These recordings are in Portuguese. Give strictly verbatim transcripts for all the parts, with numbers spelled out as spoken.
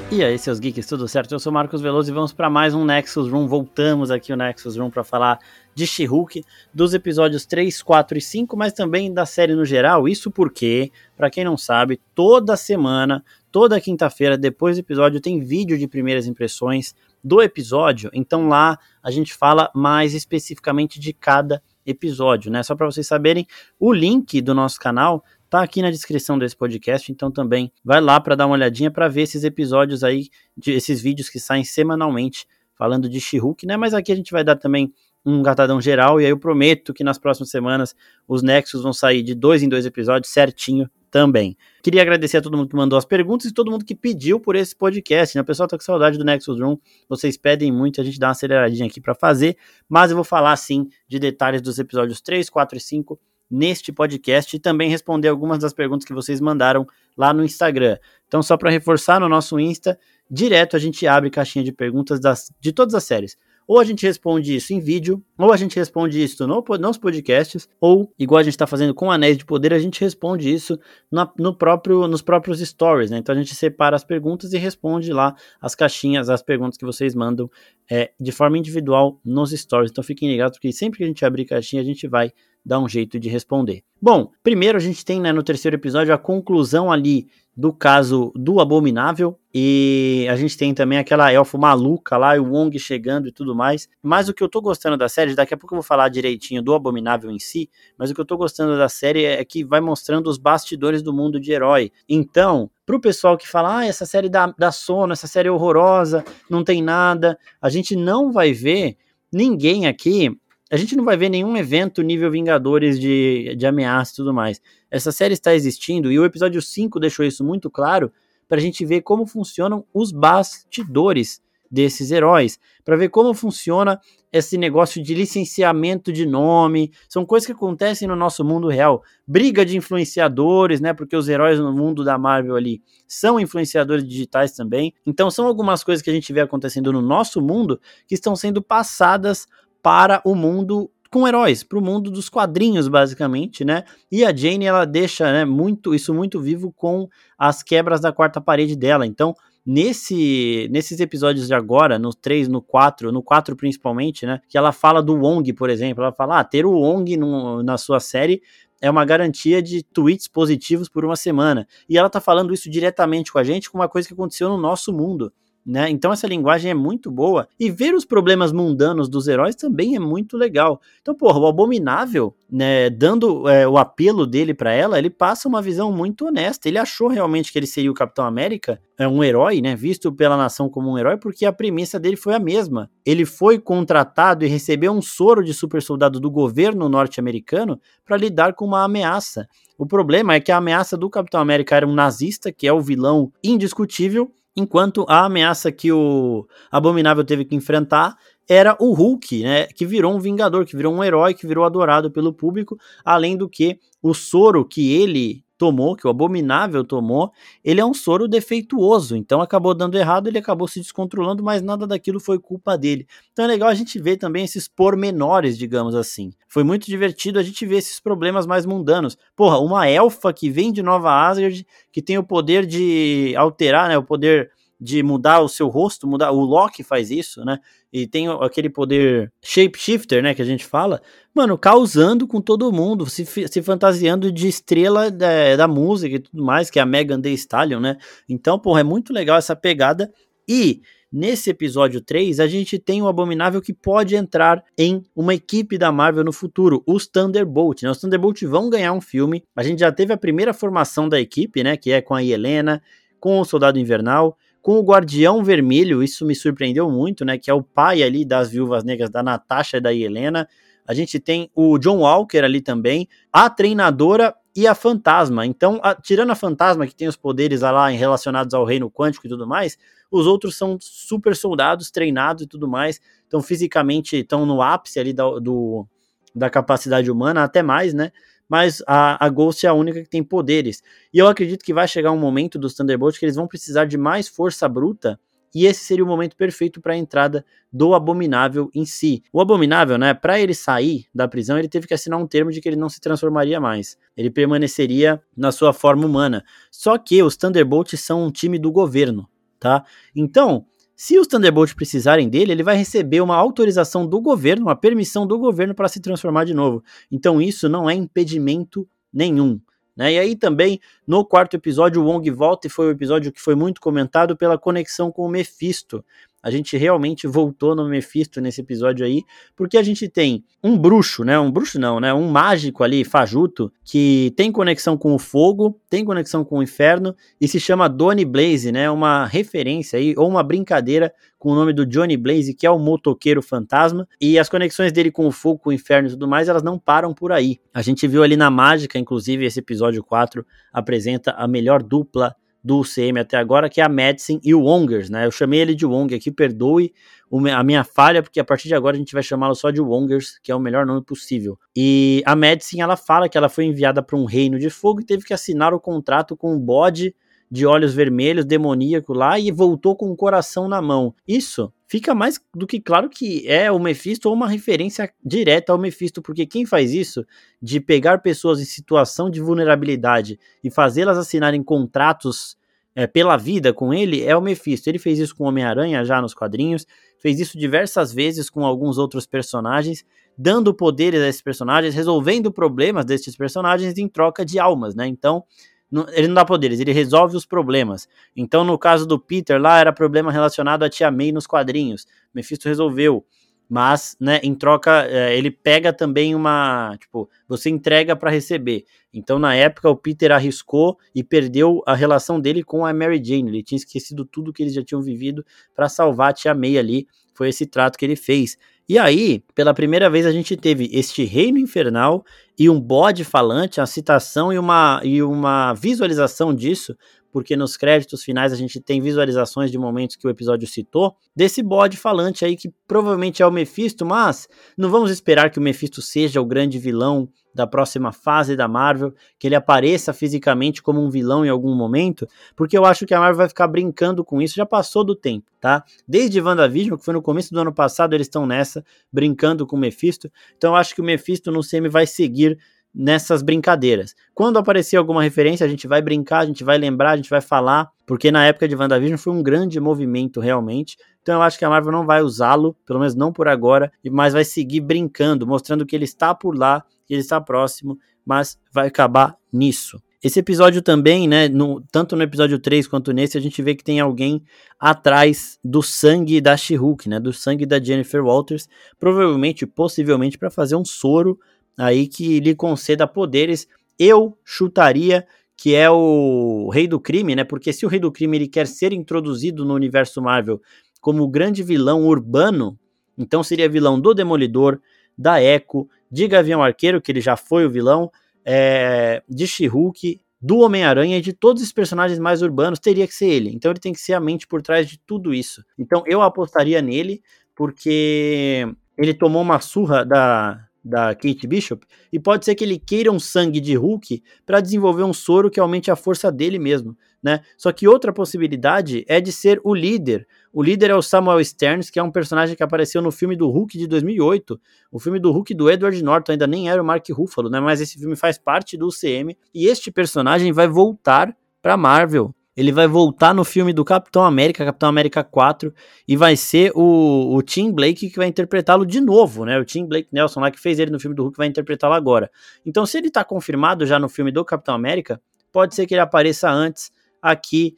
E aí, seus geeks, tudo certo? Eu sou o Marcos Veloso e vamos para mais um Nexus Room. Voltamos aqui o Nexus Room para falar de She-Hulk, dos episódios três, quatro e cinco, mas também da série no geral. Isso porque, para quem não sabe, toda semana, toda quinta-feira, depois do episódio, tem vídeo de primeiras impressões do episódio. Então lá a gente fala mais especificamente de cada episódio, né? Só para vocês saberem, o link do nosso canal tá aqui na descrição desse podcast, então também vai lá para dar uma olhadinha para ver esses episódios aí, de, esses vídeos que saem semanalmente falando de She-Hulk, né? Mas aqui a gente vai dar também um catadão geral, e aí eu prometo que nas próximas semanas os Nexus vão sair de dois em dois episódios certinho também. Queria agradecer a todo mundo que mandou as perguntas e todo mundo que pediu por esse podcast, né? O pessoal tá com saudade do Nexus Room, vocês pedem muito, a gente dá uma aceleradinha aqui para fazer, mas eu vou falar sim de detalhes dos episódios três, quatro e cinco neste podcast e também responder algumas das perguntas que vocês mandaram lá no Instagram. Então, só para reforçar, no nosso Insta, direto a gente abre caixinha de perguntas das, de todas as séries. Ou a gente responde isso em vídeo, ou a gente responde isso no, nos podcasts, ou, igual a gente está fazendo com Anéis de Poder, a gente responde isso na, no próprio, nos próprios stories, né? Então a gente separa as perguntas e responde lá as caixinhas, as perguntas que vocês mandam é, de forma individual nos stories. Então fiquem ligados, porque sempre que a gente abrir caixinha, a gente vai dar um jeito de responder. Bom, primeiro a gente tem, né, no terceiro episódio a conclusão ali do caso do Abominável, e a gente tem também aquela elfa maluca lá, e o Wong chegando e tudo mais. Mas o que eu tô gostando da série, daqui a pouco eu vou falar direitinho do Abominável em si, mas o que eu tô gostando da série é que vai mostrando os bastidores do mundo de herói. Então, pro pessoal que fala, ah, essa série dá, dá sono, essa série é horrorosa, não tem nada, a gente não vai ver ninguém aqui. A gente não vai ver nenhum evento nível Vingadores de, de ameaça e tudo mais. Essa série está existindo e o episódio cinco deixou isso muito claro para a gente ver como funcionam os bastidores desses heróis, para ver como funciona esse negócio de licenciamento de nome. São coisas que acontecem no nosso mundo real. Briga de influenciadores, né? Porque os heróis no mundo da Marvel ali são influenciadores digitais também. Então são algumas coisas que a gente vê acontecendo no nosso mundo que estão sendo passadas para o mundo com heróis, para o mundo dos quadrinhos, basicamente, né? E a Jane, ela deixa, né, muito, isso muito vivo com as quebras da quarta parede dela. Então, nesse, nesses episódios de agora, no três, no quatro, no quatro principalmente, né? Que ela fala do Wong, por exemplo. Ela fala, ah, ter o Wong no, na sua série é uma garantia de tweets positivos por uma semana. E ela tá falando isso diretamente com a gente, com uma coisa que aconteceu no nosso mundo, né? Então essa linguagem é muito boa, e ver os problemas mundanos dos heróis também é muito legal. Então, porra, o Abominável, né, dando é, o apelo dele pra ela, ele passa uma visão muito honesta. Ele achou realmente que ele seria o Capitão América, é um herói, né, visto pela nação como um herói, porque a premissa dele foi a mesma. Ele foi contratado e recebeu um soro de super soldado do governo norte-americano para lidar com uma ameaça. O problema é que a ameaça do Capitão América era um nazista, que é o vilão indiscutível, enquanto a ameaça que o Abominável teve que enfrentar era o Hulk, né, que virou um vingador, que virou um herói, que virou adorado pelo público, além do que o soro que ele tomou, que o Abominável tomou, ele é um soro defeituoso, então acabou dando errado, ele acabou se descontrolando, mas nada daquilo foi culpa dele. Então é legal a gente ver também esses pormenores, digamos assim. Foi muito divertido a gente ver esses problemas mais mundanos. Porra, uma elfa que vem de Nova Asgard, que tem o poder de alterar, né, o poder de mudar o seu rosto, mudar, o Loki faz isso, né, e tem aquele poder shapeshifter, né, que a gente fala, mano, causando com todo mundo, se, se fantasiando de estrela da, da música e tudo mais, que é a Megan Thee Stallion, né, então, porra, é muito legal essa pegada. E nesse episódio três, a gente tem um Abominável que pode entrar em uma equipe da Marvel no futuro, os Thunderbolt, né? Os Thunderbolt vão ganhar um filme, a gente já teve a primeira formação da equipe, né, que é com a Helena, com o Soldado Invernal, com o Guardião Vermelho, isso me surpreendeu muito, né, que é o pai ali das Viúvas Negras, da Natasha e da Helena. A gente tem o John Walker ali também, a Treinadora e a Fantasma. Então, a, tirando a Fantasma, que tem os poderes lá relacionados ao reino quântico e tudo mais, os outros são super soldados, treinados e tudo mais, então fisicamente estão no ápice ali da, do, da capacidade humana, até mais, né? Mas a, a Ghost é a única que tem poderes. E eu acredito que vai chegar um momento dos Thunderbolts que eles vão precisar de mais força bruta, e esse seria o momento perfeito para a entrada do Abominável em si. O Abominável, né, para ele sair da prisão, ele teve que assinar um termo de que ele não se transformaria mais. Ele permaneceria na sua forma humana. Só que os Thunderbolts são um time do governo. tá? Então, se os Thunderbolts precisarem dele, ele vai receber uma autorização do governo, uma permissão do governo para se transformar de novo. Então isso não é impedimento nenhum. Né? E aí também, no quarto episódio, o Wong volta e foi um episódio que foi muito comentado pela conexão com o Mephisto. A gente realmente voltou no Mephisto nesse episódio aí, porque a gente tem um bruxo, né? Um bruxo não, né? Um mágico ali, fajuto, que tem conexão com o fogo, tem conexão com o inferno, e se chama Donny Blaze, né? Uma referência aí, ou uma brincadeira com o nome do Johnny Blaze, que é o motoqueiro fantasma, e as conexões dele com o fogo, com o inferno e tudo mais, elas não param por aí. A gente viu ali na mágica, inclusive, esse episódio quatro apresenta a melhor dupla do U C M até agora, que é a Madison e o Wongers, né? Eu chamei ele de Wong aqui, perdoe a minha falha, porque a partir de agora a gente vai chamá-lo só de Wongers, que é o melhor nome possível. E a Madison, ela fala que ela foi enviada para um reino de fogo e teve que assinar o contrato com um bode de olhos vermelhos, demoníaco lá, e voltou com o coração na mão. Isso fica mais do que claro que é o Mephisto ou uma referência direta ao Mephisto, porque quem faz isso, de pegar pessoas em situação de vulnerabilidade e fazê-las assinarem contratos é, pela vida com ele, é o Mephisto. Ele fez isso com o Homem-Aranha já nos quadrinhos, fez isso diversas vezes com alguns outros personagens, dando poderes a esses personagens, resolvendo problemas desses personagens em troca de almas, né? Então, ele não dá poderes, ele resolve os problemas. Então, no caso do Peter, lá era problema relacionado à Tia May nos quadrinhos. Mephisto resolveu. Mas, né, em troca, ele pega também uma... Tipo, você entrega para receber. Então, na época, o Peter arriscou e perdeu a relação dele com a Mary Jane. Ele tinha esquecido tudo que eles já tinham vivido para salvar a Tia May ali. Foi esse trato que ele fez. E aí, pela primeira vez, a gente teve este reino infernal e um bode falante, uma citação e uma, e uma visualização disso, porque nos créditos finais a gente tem visualizações de momentos que o episódio citou, desse bode falante aí que provavelmente é o Mephisto, mas não vamos esperar que o Mephisto seja o grande vilão da próxima fase da Marvel, que ele apareça fisicamente como um vilão em algum momento, porque eu acho que a Marvel vai ficar brincando com isso, já passou do tempo, tá? Desde WandaVision, que foi no começo do ano passado, eles estão nessa, brincando com o Mephisto, então eu acho que o Mephisto no C M vai seguir nessas brincadeiras. Quando aparecer alguma referência, a gente vai brincar, a gente vai lembrar, a gente vai falar, porque na época de WandaVision foi um grande movimento realmente, então eu acho que a Marvel não vai usá-lo, pelo menos não por agora, mas vai seguir brincando, mostrando que ele está por lá, que ele está próximo, mas vai acabar nisso. Esse episódio também, né, no, tanto no episódio três quanto nesse, a gente vê que tem alguém atrás do sangue da She-Hulk, né, do sangue da Jennifer Walters, provavelmente, possivelmente, para fazer um soro aí que lhe conceda poderes. Eu chutaria que é o Rei do Crime, né, porque se o Rei do Crime ele quer ser introduzido no universo Marvel como o grande vilão urbano, então seria vilão do Demolidor, da Echo, de Gavião Arqueiro, que ele já foi o vilão, é, de She-Hulk, do Homem-Aranha e de todos os personagens mais urbanos, teria que ser ele. Então ele tem que ser a mente por trás de tudo isso. Então eu apostaria nele, porque ele tomou uma surra da, da Kate Bishop, e pode ser que ele queira um sangue de Hulk para desenvolver um soro que aumente a força dele mesmo, né? Só que outra possibilidade é de ser o líder. O líder é o Samuel Sterns, que é um personagem que apareceu no filme do Hulk de dois mil e oito, o filme do Hulk do Edward Norton, ainda nem era o Mark Ruffalo, né? Mas esse filme faz parte do U C M, e este personagem vai voltar para Marvel. Ele vai voltar no filme do Capitão América, Capitão América quatro, e vai ser o, o Tim Blake que vai interpretá-lo de novo, né? O Tim Blake Nelson lá que fez ele no filme do Hulk vai interpretá-lo agora. Então, se ele tá confirmado já no filme do Capitão América, pode ser que ele apareça antes aqui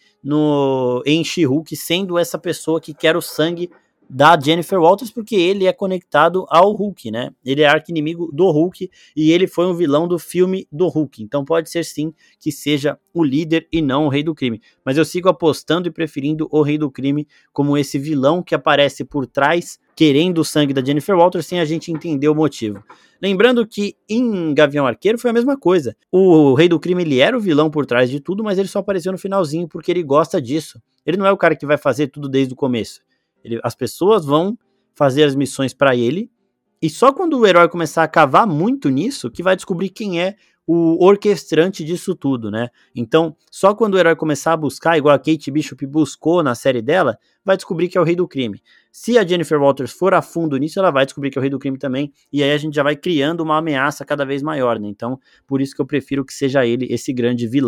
no, em She-Hulk, sendo essa pessoa que quer o sangue da Jennifer Walters, porque ele é conectado ao Hulk, né? Ele é arqui-inimigo do Hulk e ele foi um vilão do filme do Hulk. Então pode ser sim que seja o líder e não o Rei do Crime. Mas eu sigo apostando e preferindo o Rei do Crime como esse vilão que aparece por trás, querendo o sangue da Jennifer Walters, sem a gente entender o motivo. Lembrando que em Gavião Arqueiro foi a mesma coisa. O Rei do Crime, ele era o vilão por trás de tudo, mas ele só apareceu no finalzinho porque ele gosta disso. Ele não é o cara que vai fazer tudo desde o começo. Ele, as pessoas vão fazer as missões para ele, e só quando o herói começar a cavar muito nisso, que vai descobrir quem é o orquestrante disso tudo, né? Então, só quando o herói começar a buscar, igual a Kate Bishop buscou na série dela, vai descobrir que é o Rei do Crime. Se a Jennifer Walters for a fundo nisso, ela vai descobrir que é o Rei do Crime também, e aí a gente já vai criando uma ameaça cada vez maior, né? Então, por isso que eu prefiro que seja ele esse grande vilão.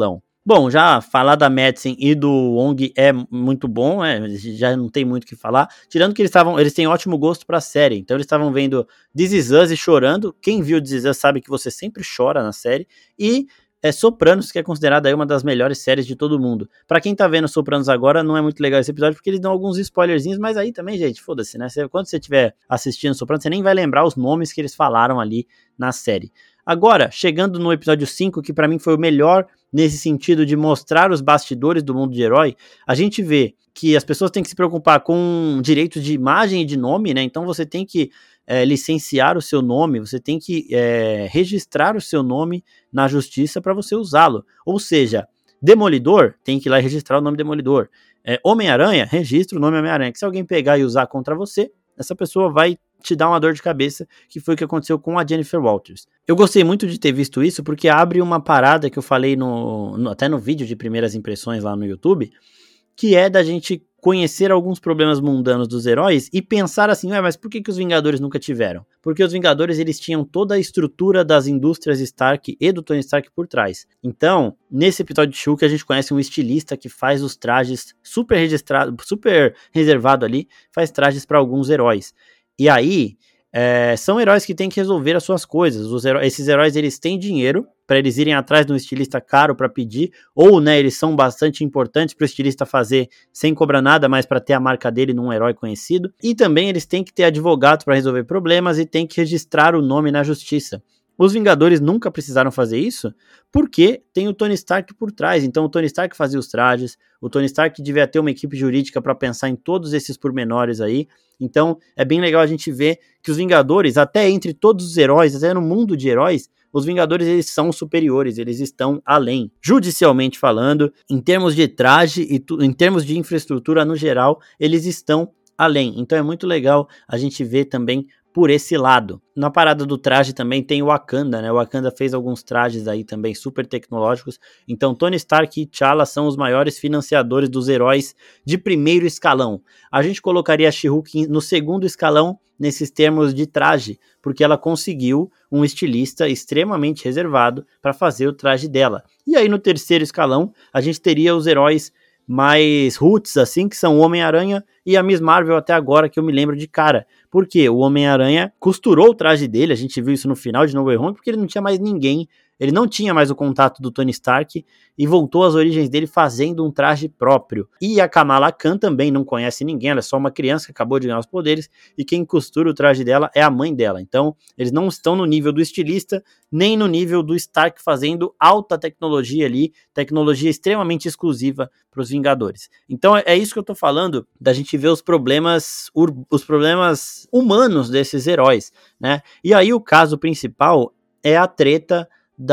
Bom, já falar da Madison e do Wong é muito bom, é, já não tem muito o que falar, tirando que eles estavam, eles têm ótimo gosto pra série, então eles estavam vendo This Is Us e chorando. Quem viu This Is Us sabe que você sempre chora na série, e é Sopranos, que é considerada aí uma das melhores séries de todo mundo. Pra quem tá vendo Sopranos agora, não é muito legal esse episódio, porque eles dão alguns spoilerzinhos, mas aí também, gente, foda-se, né? Você, quando você estiver assistindo Sopranos, você nem vai lembrar os nomes que eles falaram ali na série. Agora, chegando no episódio cinco, que pra mim foi o melhor nesse sentido de mostrar os bastidores do mundo de herói, a gente vê que as pessoas têm que se preocupar com direitos de imagem e de nome, né? Então você tem que é, licenciar o seu nome, você tem que é, registrar o seu nome na justiça para você usá-lo. Ou seja, Demolidor, tem que ir lá e registrar o nome Demolidor. É, Homem-Aranha, registra o nome Homem-Aranha, que se alguém pegar e usar contra você, essa pessoa vai te dar uma dor de cabeça, que foi o que aconteceu com a Jennifer Walters. Eu gostei muito de ter visto isso, porque abre uma parada que eu falei no, no, até no vídeo de primeiras impressões lá no YouTube, que é da gente conhecer alguns problemas mundanos dos heróis e pensar assim, ué, mas por que, que os Vingadores nunca tiveram? Porque os Vingadores, eles tinham toda a estrutura das indústrias Stark e do Tony Stark por trás. Então, nesse episódio de She-Hulk, a gente conhece um estilista que faz os trajes super registrado, super reservado ali, faz trajes para alguns heróis. E aí, é, são heróis que têm que resolver as suas coisas. Os heróis, esses heróis, eles têm dinheiro para eles irem atrás de um estilista caro para pedir, ou, né, eles são bastante importantes para o estilista fazer sem cobrar nada, mas para ter a marca dele num herói conhecido. E também eles têm que ter advogado para resolver problemas e têm que registrar o nome na justiça. Os Vingadores nunca precisaram fazer isso, porque tem o Tony Stark por trás. Então o Tony Stark fazia os trajes, o Tony Stark devia ter uma equipe jurídica para pensar em todos esses pormenores aí. Então é bem legal a gente ver que os Vingadores, até entre todos os heróis, até no mundo de heróis, os Vingadores, eles são superiores, eles estão além. Judicialmente falando, em termos de traje e tu, em termos de infraestrutura no geral, eles estão além. Então é muito legal a gente ver também por esse lado. Na parada do traje também tem o Wakanda, né? O Wakanda fez alguns trajes aí também super tecnológicos. Então Tony Stark e T'Challa são os maiores financiadores dos heróis de primeiro escalão. A gente colocaria a She-Hulk no segundo escalão nesses termos de traje, porque ela conseguiu um estilista extremamente reservado para fazer o traje dela. E aí no terceiro escalão a gente teria os heróis mais roots, assim, que são o Homem-Aranha e a Miss Marvel até agora, que eu me lembro de cara. Porque o Homem-Aranha costurou o traje dele, a gente viu isso no final de No Way Home, porque ele não tinha mais ninguém, ele não tinha mais o contato do Tony Stark e voltou às origens dele fazendo um traje próprio. E a Kamala Khan também não conhece ninguém, ela é só uma criança que acabou de ganhar os poderes e quem costura o traje dela é a mãe dela. Então, eles não estão no nível do estilista, nem no nível do Stark fazendo alta tecnologia ali, tecnologia extremamente exclusiva para os Vingadores. Então, é isso que eu tô falando, da gente ver os problemas, os problemas humanos desses heróis, né? E aí o caso principal é a treta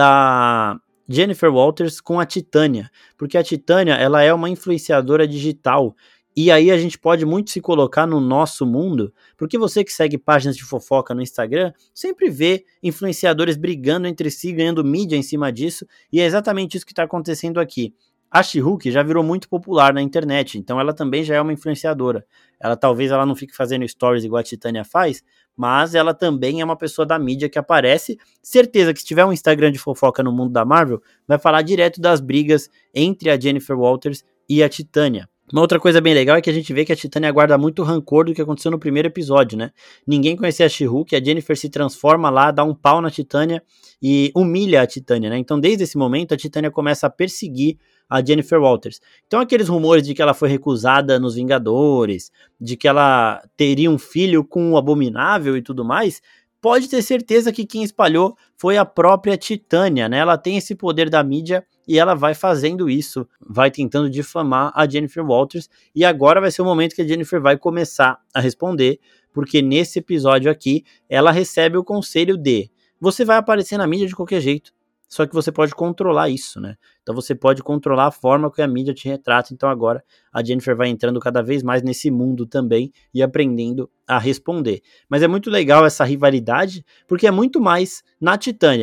da Jennifer Walters com a Titânia, porque a Titânia, ela é uma influenciadora digital, e aí a gente pode muito se colocar no nosso mundo, porque você que segue páginas de fofoca no Instagram, sempre vê influenciadores brigando entre si, ganhando mídia em cima disso, e é exatamente isso que está acontecendo aqui. A She-Hulk já virou muito popular na internet, então ela também já é uma influenciadora. Ela talvez ela não fique fazendo stories igual a Titânia faz, mas ela também é uma pessoa da mídia que aparece. Certeza que se tiver um Instagram de fofoca no mundo da Marvel, vai falar direto das brigas entre a Jennifer Walters e a Titânia. Uma outra coisa bem legal é que a gente vê que a Titânia guarda muito rancor do que aconteceu no primeiro episódio, né? Ninguém conhecia a She-Hulk, a Jennifer se transforma lá, dá um pau na Titânia e humilha a Titânia, né? Então desde esse momento a Titânia começa a perseguir a Jennifer Walters. Então aqueles rumores de que ela foi recusada nos Vingadores, de que ela teria um filho com o Abominável e tudo mais, pode ter certeza que quem espalhou foi a própria Titânia, né? Ela tem esse poder da mídia e ela vai fazendo isso, vai tentando difamar a Jennifer Walters, e agora vai ser o momento que a Jennifer vai começar a responder, porque nesse episódio aqui, ela recebe o conselho de: você vai aparecer na mídia de qualquer jeito, só que você pode controlar isso, né? Então você pode controlar a forma que a mídia te retrata. Então agora a Jennifer vai entrando cada vez mais nesse mundo também e aprendendo a responder. Mas é muito legal essa rivalidade, porque é muito mais na Titânia.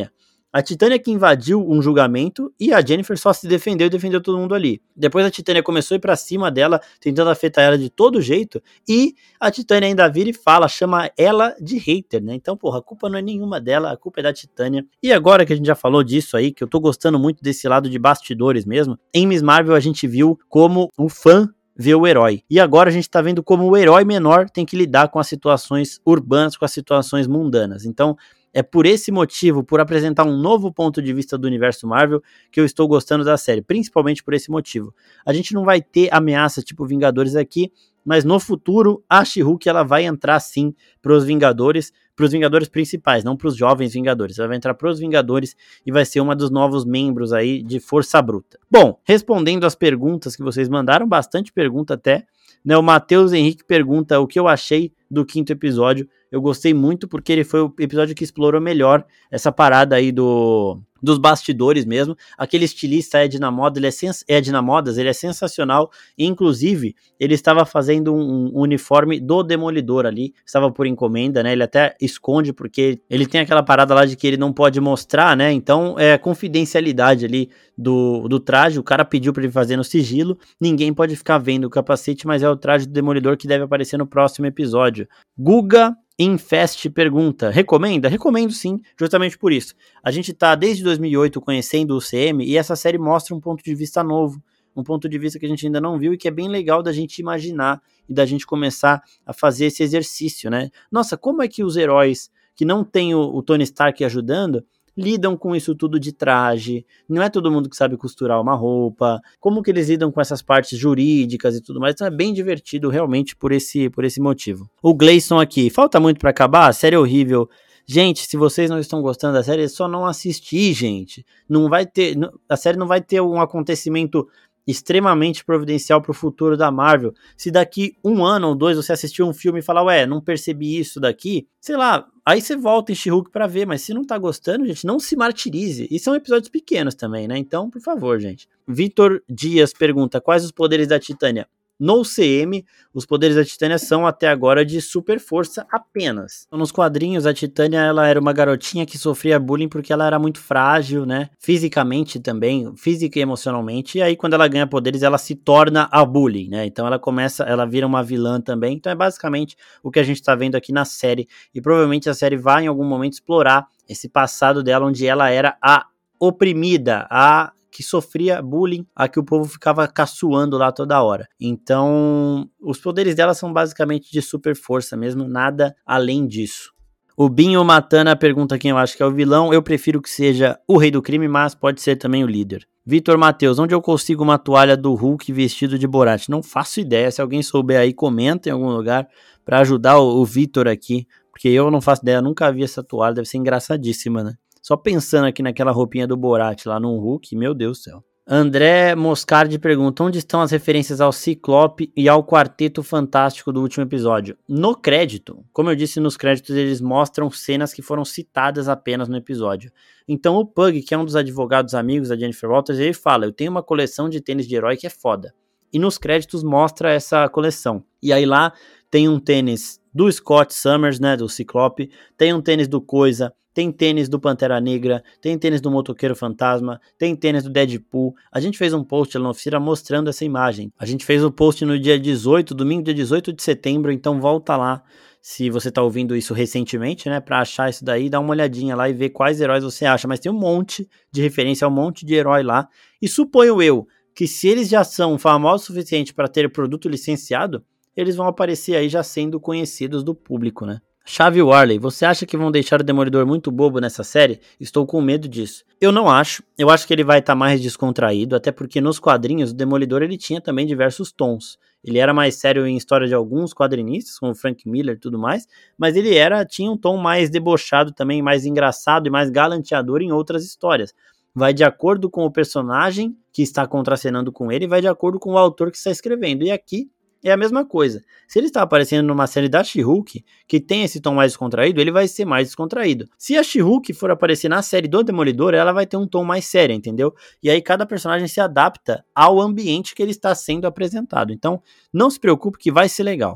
A Titânia que invadiu um julgamento e a Jennifer só se defendeu e defendeu todo mundo ali. Depois a Titânia começou a ir pra cima dela, tentando afetar ela de todo jeito, e a Titânia ainda vira e fala, chama ela de hater, né? Então, porra, a culpa não é nenhuma dela, a culpa é da Titânia. E agora que a gente já falou disso aí, que eu tô gostando muito desse lado de bastidores mesmo, em Miss Marvel a gente viu como o fã vê o herói. E agora a gente tá vendo como o herói menor tem que lidar com as situações urbanas, com as situações mundanas. Então, é por esse motivo, por apresentar um novo ponto de vista do universo Marvel, que eu estou gostando da série, principalmente por esse motivo. A gente não vai ter ameaça tipo Vingadores aqui, mas no futuro a She-Hulk ela vai entrar sim pros Vingadores, pros Vingadores principais, não pros jovens Vingadores. Ela vai entrar pros Vingadores e vai ser uma dos novos membros aí de Força Bruta. Bom, respondendo as perguntas que vocês mandaram, bastante pergunta até, né? O Matheus Henrique pergunta o que eu achei do quinto episódio. Eu gostei muito porque ele foi o episódio que explorou melhor essa parada aí do, dos bastidores mesmo. Aquele estilista Edna Moda, ele é sens, Edna Modas, ele é sensacional. E, inclusive, ele estava fazendo um, um uniforme do Demolidor ali, estava por encomenda, né? Ele até esconde porque ele tem aquela parada lá de que ele não pode mostrar, né? Então, é confidencialidade ali do, do traje. O cara pediu para ele fazer no sigilo. Ninguém pode ficar vendo o capacete, mas é o traje do Demolidor que deve aparecer no próximo episódio. Guga Infest pergunta, recomenda? Recomendo sim, justamente por isso. A gente tá desde dois mil e oito conhecendo o C M e essa série mostra um ponto de vista novo, um ponto de vista que a gente ainda não viu e que é bem legal da gente imaginar e da gente começar a fazer esse exercício, né? Nossa, como é que os heróis que não tem o, o Tony Stark ajudando lidam com isso tudo de traje? Não é todo mundo que sabe costurar uma roupa, como que eles lidam com essas partes jurídicas e tudo mais. Então é bem divertido realmente por esse, por esse motivo. O Gleison aqui, falta muito pra acabar? A série é horrível. Gente, se vocês não estão gostando da série, é só não assistir, gente. Não vai ter, a série não vai ter um acontecimento extremamente providencial pro futuro da Marvel. Se daqui um ano ou dois você assistir um filme e falar, ué, não percebi isso daqui, sei lá, aí você volta em She-Hulk pra ver, mas se não tá gostando, gente, não se martirize. E são episódios pequenos também, né? Então, por favor, gente. Vitor Dias pergunta, quais os poderes da Titânia? No C M, os poderes da Titânia são até agora de super força apenas. Nos quadrinhos, a Titânia ela era uma garotinha que sofria bullying porque ela era muito frágil, né? Fisicamente também, física e emocionalmente. E aí, quando ela ganha poderes, ela se torna a bully, né? Então ela começa, ela vira uma vilã também. Então é basicamente o que a gente tá vendo aqui na série. E provavelmente a série vai em algum momento explorar esse passado dela, onde ela era a oprimida, a que sofria bullying, a que o povo ficava caçoando lá toda hora. Então, os poderes dela são basicamente de super força mesmo, nada além disso. O Binho Matana pergunta quem eu acho que é o vilão. Eu prefiro que seja o rei do crime, mas pode ser também o líder. Vitor Matheus, onde eu consigo uma toalha do Hulk vestido de Borat? Não faço ideia, se alguém souber aí, comenta em algum lugar para ajudar o, o Vitor aqui, porque eu não faço ideia, nunca vi essa toalha, deve ser engraçadíssima, né? Só pensando aqui naquela roupinha do Borat lá no Hulk, meu Deus do céu. André Moscardi pergunta, onde estão as referências ao Ciclope e ao Quarteto Fantástico do último episódio? No crédito, como eu disse nos créditos, eles mostram cenas que foram citadas apenas no episódio. Então o Pug, que é um dos advogados amigos da Jennifer Walters, ele fala, eu tenho uma coleção de tênis de herói que é foda. E nos créditos mostra essa coleção. E aí lá tem um tênis do Scott Summers, né, do Ciclope, tem um tênis do Coisa, tem tênis do Pantera Negra, tem tênis do Motoqueiro Fantasma, tem tênis do Deadpool. A gente fez um post lá na oficina mostrando essa imagem. A gente fez o post no dia dezoito, domingo dia dezoito de setembro, então volta lá, se você tá ouvindo isso recentemente, né, pra achar isso daí, dá uma olhadinha lá e ver quais heróis você acha. Mas tem um monte de referência, um monte de herói lá. E suponho eu que se eles já são famosos o suficiente para ter produto licenciado, eles vão aparecer aí já sendo conhecidos do público, né? Chave Warley, você acha que vão deixar o Demolidor muito bobo nessa série? Estou com medo disso. Eu não acho, eu acho que ele vai estar tá mais descontraído, até porque nos quadrinhos o Demolidor ele tinha também diversos tons. Ele era mais sério em história de alguns quadrinistas, como Frank Miller e tudo mais, mas ele era tinha um tom mais debochado também, mais engraçado e mais galanteador em outras histórias. Vai de acordo com o personagem que está contracenando com ele, vai de acordo com o autor que está escrevendo. E aqui é a mesma coisa. Se ele está aparecendo numa série da She-Hulk, que tem esse tom mais descontraído, ele vai ser mais descontraído. Se a She-Hulk for aparecer na série do Demolidor, ela vai ter um tom mais sério, entendeu? E aí cada personagem se adapta ao ambiente que ele está sendo apresentado. Então, não se preocupe que vai ser legal.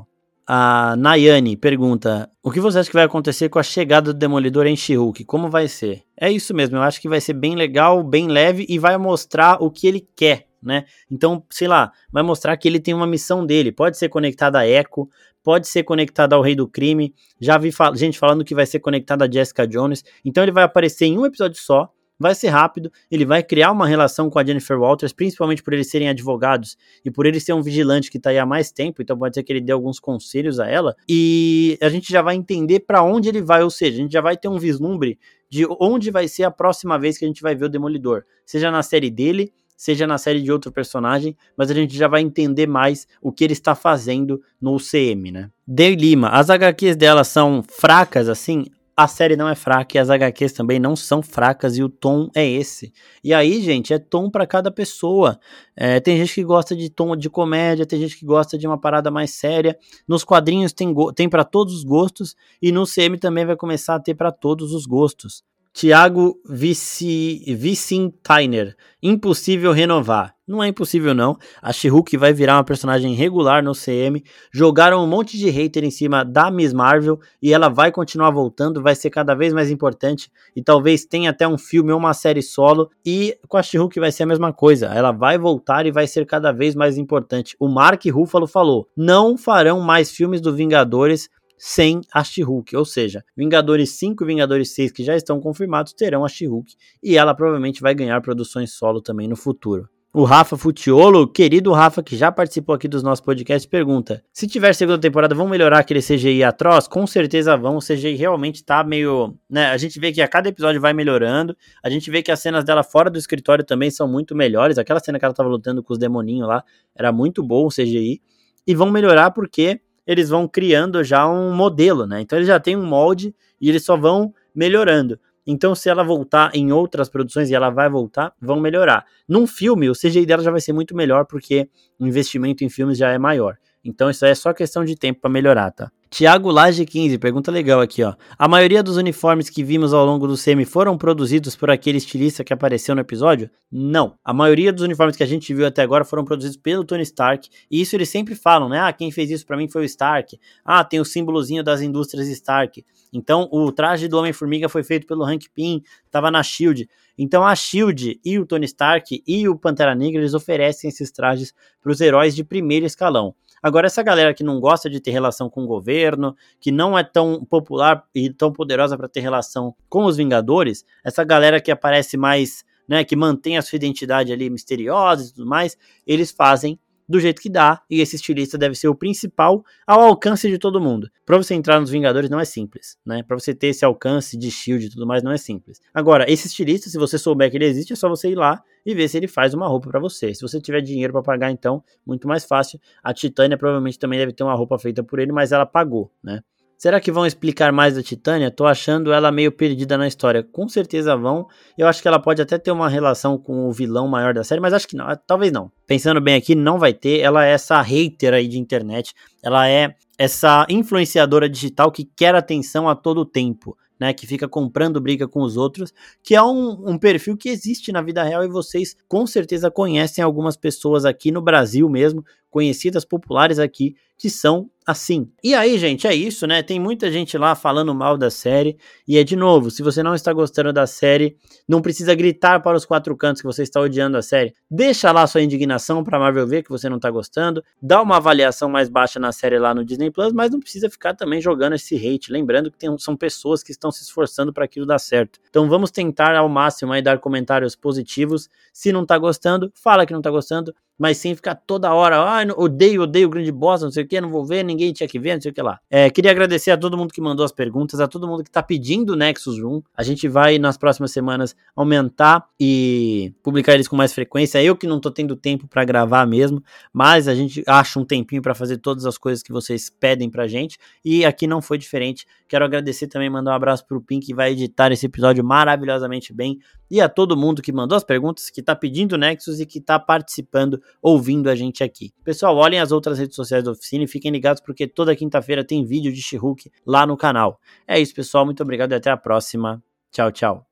A Nayane pergunta: o que você acha que vai acontecer com a chegada do Demolidor em She-Hulk? Como vai ser? É isso mesmo, eu acho que vai ser bem legal, bem leve e vai mostrar o que ele quer, né? Então, sei lá, vai mostrar que ele tem uma missão dele. Pode ser conectada a Echo, pode ser conectada ao Rei do Crime. Já vi fal- gente falando que vai ser conectada a Jessica Jones. Então ele vai aparecer em um episódio só. Vai ser rápido, ele vai criar uma relação com a Jennifer Walters, principalmente por eles serem advogados e por ele ser um vigilante que tá aí há mais tempo, então pode ser que ele dê alguns conselhos a ela, e a gente já vai entender pra onde ele vai, ou seja, a gente já vai ter um vislumbre de onde vai ser a próxima vez que a gente vai ver o Demolidor, seja na série dele, seja na série de outro personagem, mas a gente já vai entender mais o que ele está fazendo no U C M, né? Day Lima, as H Qs dela são fracas, assim? A série não é fraca e as H Qs também não são fracas e o tom é esse. E aí, gente, é tom pra cada pessoa. É, tem gente que gosta de tom de comédia, tem gente que gosta de uma parada mais séria. Nos quadrinhos tem, tem para todos os gostos e no C M também vai começar a ter para todos os gostos. Tiago Vicintiner, impossível renovar. Não é impossível não, a She-Hulk vai virar uma personagem regular no C M, jogaram um monte de hater em cima da Miss Marvel e ela vai continuar voltando, vai ser cada vez mais importante e talvez tenha até um filme ou uma série solo, e com a She-Hulk vai ser a mesma coisa, ela vai voltar e vai ser cada vez mais importante. O Mark Ruffalo falou, não farão mais filmes do Vingadores sem a She-Hulk, ou seja, Vingadores cinco e Vingadores seis que já estão confirmados terão a She-Hulk e ela provavelmente vai ganhar produções solo também no futuro. O Rafa Futiolo, querido Rafa, que já participou aqui dos nossos podcasts, pergunta: se tiver segunda temporada, vão melhorar aquele C G I atroz? Com certeza vão, o C G I realmente tá meio, né, a gente vê que a cada episódio vai melhorando, a gente vê que as cenas dela fora do escritório também são muito melhores, aquela cena que ela tava lutando com os demoninhos lá, era muito bom o C G I, e vão melhorar porque eles vão criando já um modelo, né, então eles já têm um molde e eles só vão melhorando. Então, se ela voltar em outras produções, e ela vai voltar, vão melhorar. Num filme, o C G I dela já vai ser muito melhor, porque o investimento em filmes já é maior. Então, isso aí é só questão de tempo para melhorar, tá? Tiago Laje quinze, pergunta legal aqui, ó. A maioria dos uniformes que vimos ao longo do C M foram produzidos por aquele estilista que apareceu no episódio? Não. A maioria dos uniformes que a gente viu até agora foram produzidos pelo Tony Stark, e isso eles sempre falam, né? Ah, quem fez isso pra mim foi o Stark. Ah, tem o símbolozinho das indústrias Stark. Então, o traje do Homem-Formiga foi feito pelo Hank Pym, tava na SHIELD. Então, a SHIELD e o Tony Stark e o Pantera Negra, eles oferecem esses trajes pros heróis de primeiro escalão. Agora, essa galera que não gosta de ter relação com o governo, que não é tão popular e tão poderosa para ter relação com os Vingadores, essa galera que aparece mais, né, que mantém a sua identidade ali misteriosa e tudo mais, eles fazem do jeito que dá, e esse estilista deve ser o principal ao alcance de todo mundo. Pra você entrar nos Vingadores não é simples, né? Pra você ter esse alcance de SHIELD e tudo mais não é simples. Agora, esse estilista, se você souber que ele existe, é só você ir lá e ver se ele faz uma roupa pra você. Se você tiver dinheiro pra pagar, então, muito mais fácil. A Titânia provavelmente também deve ter uma roupa feita por ele, mas ela pagou, né? Será que vão explicar mais da Titânia? Tô achando ela meio perdida na história. Com certeza vão. Eu acho que ela pode até ter uma relação com o vilão maior da série, mas acho que não. Talvez não. Pensando bem aqui, não vai ter. Ela é essa hater aí de internet. Ela é essa influenciadora digital que quer atenção a todo tempo, né? Que fica comprando briga com os outros, que é um, um perfil que existe na vida real e vocês com certeza conhecem algumas pessoas aqui no Brasil mesmo, conhecidas, populares aqui, que são assim. E aí, gente, é isso, né? Tem muita gente lá falando mal da série. E é de novo, se você não está gostando da série, não precisa gritar para os quatro cantos que você está odiando a série. Deixa lá sua indignação para a Marvel ver que você não está gostando. Dá uma avaliação mais baixa na série lá no Disney Plus, mas não precisa ficar também jogando esse hate. Lembrando que tem, são pessoas que estão se esforçando para aquilo dar certo. Então vamos tentar ao máximo aí dar comentários positivos. Se não está gostando, fala que não está gostando, mas sem ficar toda hora, ah, odeio, odeio o grande boss, não sei o que, não vou ver, ninguém tinha que ver, não sei o que lá. É, queria agradecer a todo mundo que mandou as perguntas, a todo mundo que tá pedindo o Nexus Room. A gente vai, nas próximas semanas, aumentar e publicar eles com mais frequência. Eu que não tô tendo tempo pra gravar mesmo, mas a gente acha um tempinho pra fazer todas as coisas que vocês pedem pra gente, e aqui não foi diferente. Quero agradecer também, mandar um abraço pro Pim, que vai editar esse episódio maravilhosamente bem, e a todo mundo que mandou as perguntas, que tá pedindo Nexus e que tá participando, ouvindo a gente aqui. Pessoal, olhem as outras redes sociais da Oficina e fiquem ligados porque toda quinta-feira tem vídeo de She-Hulk lá no canal. É isso, pessoal. Muito obrigado e até a próxima. Tchau, tchau.